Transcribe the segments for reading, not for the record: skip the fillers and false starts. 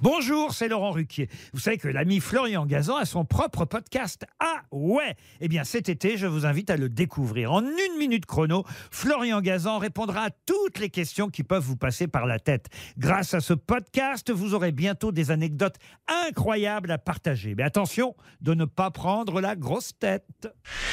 Bonjour, c'est Laurent Ruquier. Vous savez que l'ami Florian Gazan a son propre podcast. Ah ouais! Eh bien cet été, je vous invite à le découvrir. En 1 minute chrono, Florian Gazan répondra à toutes les questions qui peuvent vous passer par la tête. Grâce à ce podcast, vous aurez bientôt des anecdotes incroyables à partager. Mais attention de ne pas prendre la grosse tête.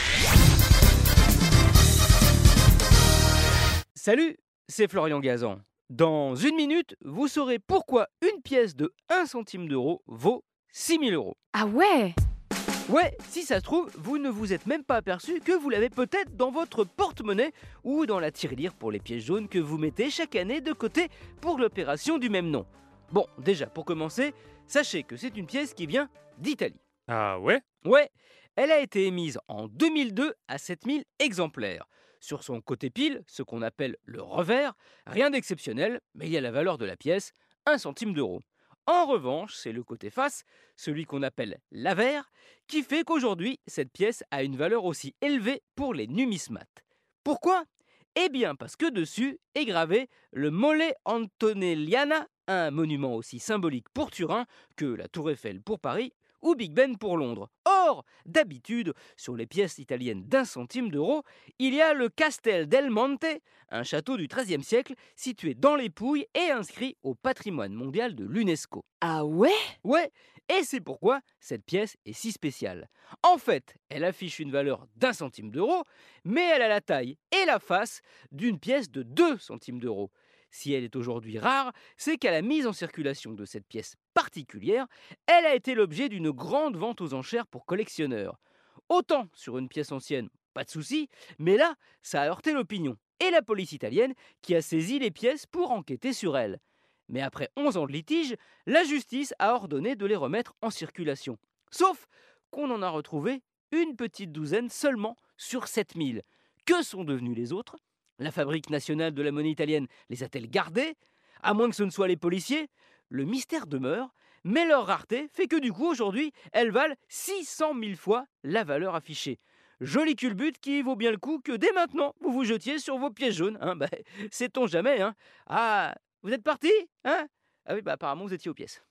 Salut, c'est Florian Gazan. Dans 1 minute, vous saurez pourquoi une pièce de 1 centime d'euro vaut 6 000 euros. Ah ouais? Ouais, si ça se trouve, vous ne vous êtes même pas aperçu que vous l'avez peut-être dans votre porte-monnaie ou dans la tirelire pour les pièces jaunes que vous mettez chaque année de côté pour l'opération du même nom. Bon, déjà, pour commencer, sachez que c'est une pièce qui vient d'Italie. Ah ouais? Ouais, elle a été émise en 2002 à 7000 exemplaires. Sur son côté pile, ce qu'on appelle le revers, rien d'exceptionnel, mais il y a la valeur de la pièce, 1 centime d'euro. En revanche, c'est le côté face, celui qu'on appelle l'avers, qui fait qu'aujourd'hui, cette pièce a une valeur aussi élevée pour les numismates. Pourquoi ? Eh bien parce que dessus est gravé le Mole Antonelliana, un monument aussi symbolique pour Turin que la Tour Eiffel pour Paris ou Big Ben pour Londres. Or, d'habitude, sur les pièces italiennes d'1 centime d'euro, il y a le Castel del Monte, un château du XIIIe siècle situé dans les Pouilles et inscrit au patrimoine mondial de l'UNESCO. Ah ouais? Ouais, et c'est pourquoi cette pièce est si spéciale. En fait, elle affiche une valeur d'1 centime d'euro, mais elle a la taille et la face d'une pièce de 2 centimes d'euro. Si elle est aujourd'hui rare, c'est qu'à la mise en circulation de cette pièce particulière, elle a été l'objet d'une grande vente aux enchères pour collectionneurs. Autant sur une pièce ancienne, pas de souci, mais là, ça a heurté l'opinion et la police italienne qui a saisi les pièces pour enquêter sur elles. Mais après 11 ans de litige, la justice a ordonné de les remettre en circulation. Sauf qu'on en a retrouvé une petite douzaine seulement sur 7000. Que sont devenus les autres ? La Fabrique nationale de la monnaie italienne les a-t-elle gardées ? À moins que ce ne soient les policiers ? Le mystère demeure, mais leur rareté fait que du coup aujourd'hui, elles valent 600 000 fois la valeur affichée. Joli culbute qui vaut bien le coup que dès maintenant, vous vous jetiez sur vos pièces jaunes. Sait-on jamais, hein ? Ah, vous êtes partis, hein ? Ah oui, apparemment vous étiez aux pièces.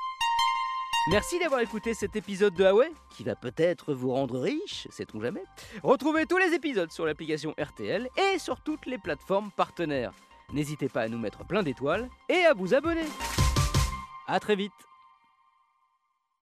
Merci d'avoir écouté cet épisode de Huawei, qui va peut-être vous rendre riche, sait-on jamais. Retrouvez tous les épisodes sur l'application RTL et sur toutes les plateformes partenaires. N'hésitez pas à nous mettre plein d'étoiles et à vous abonner. À très vite.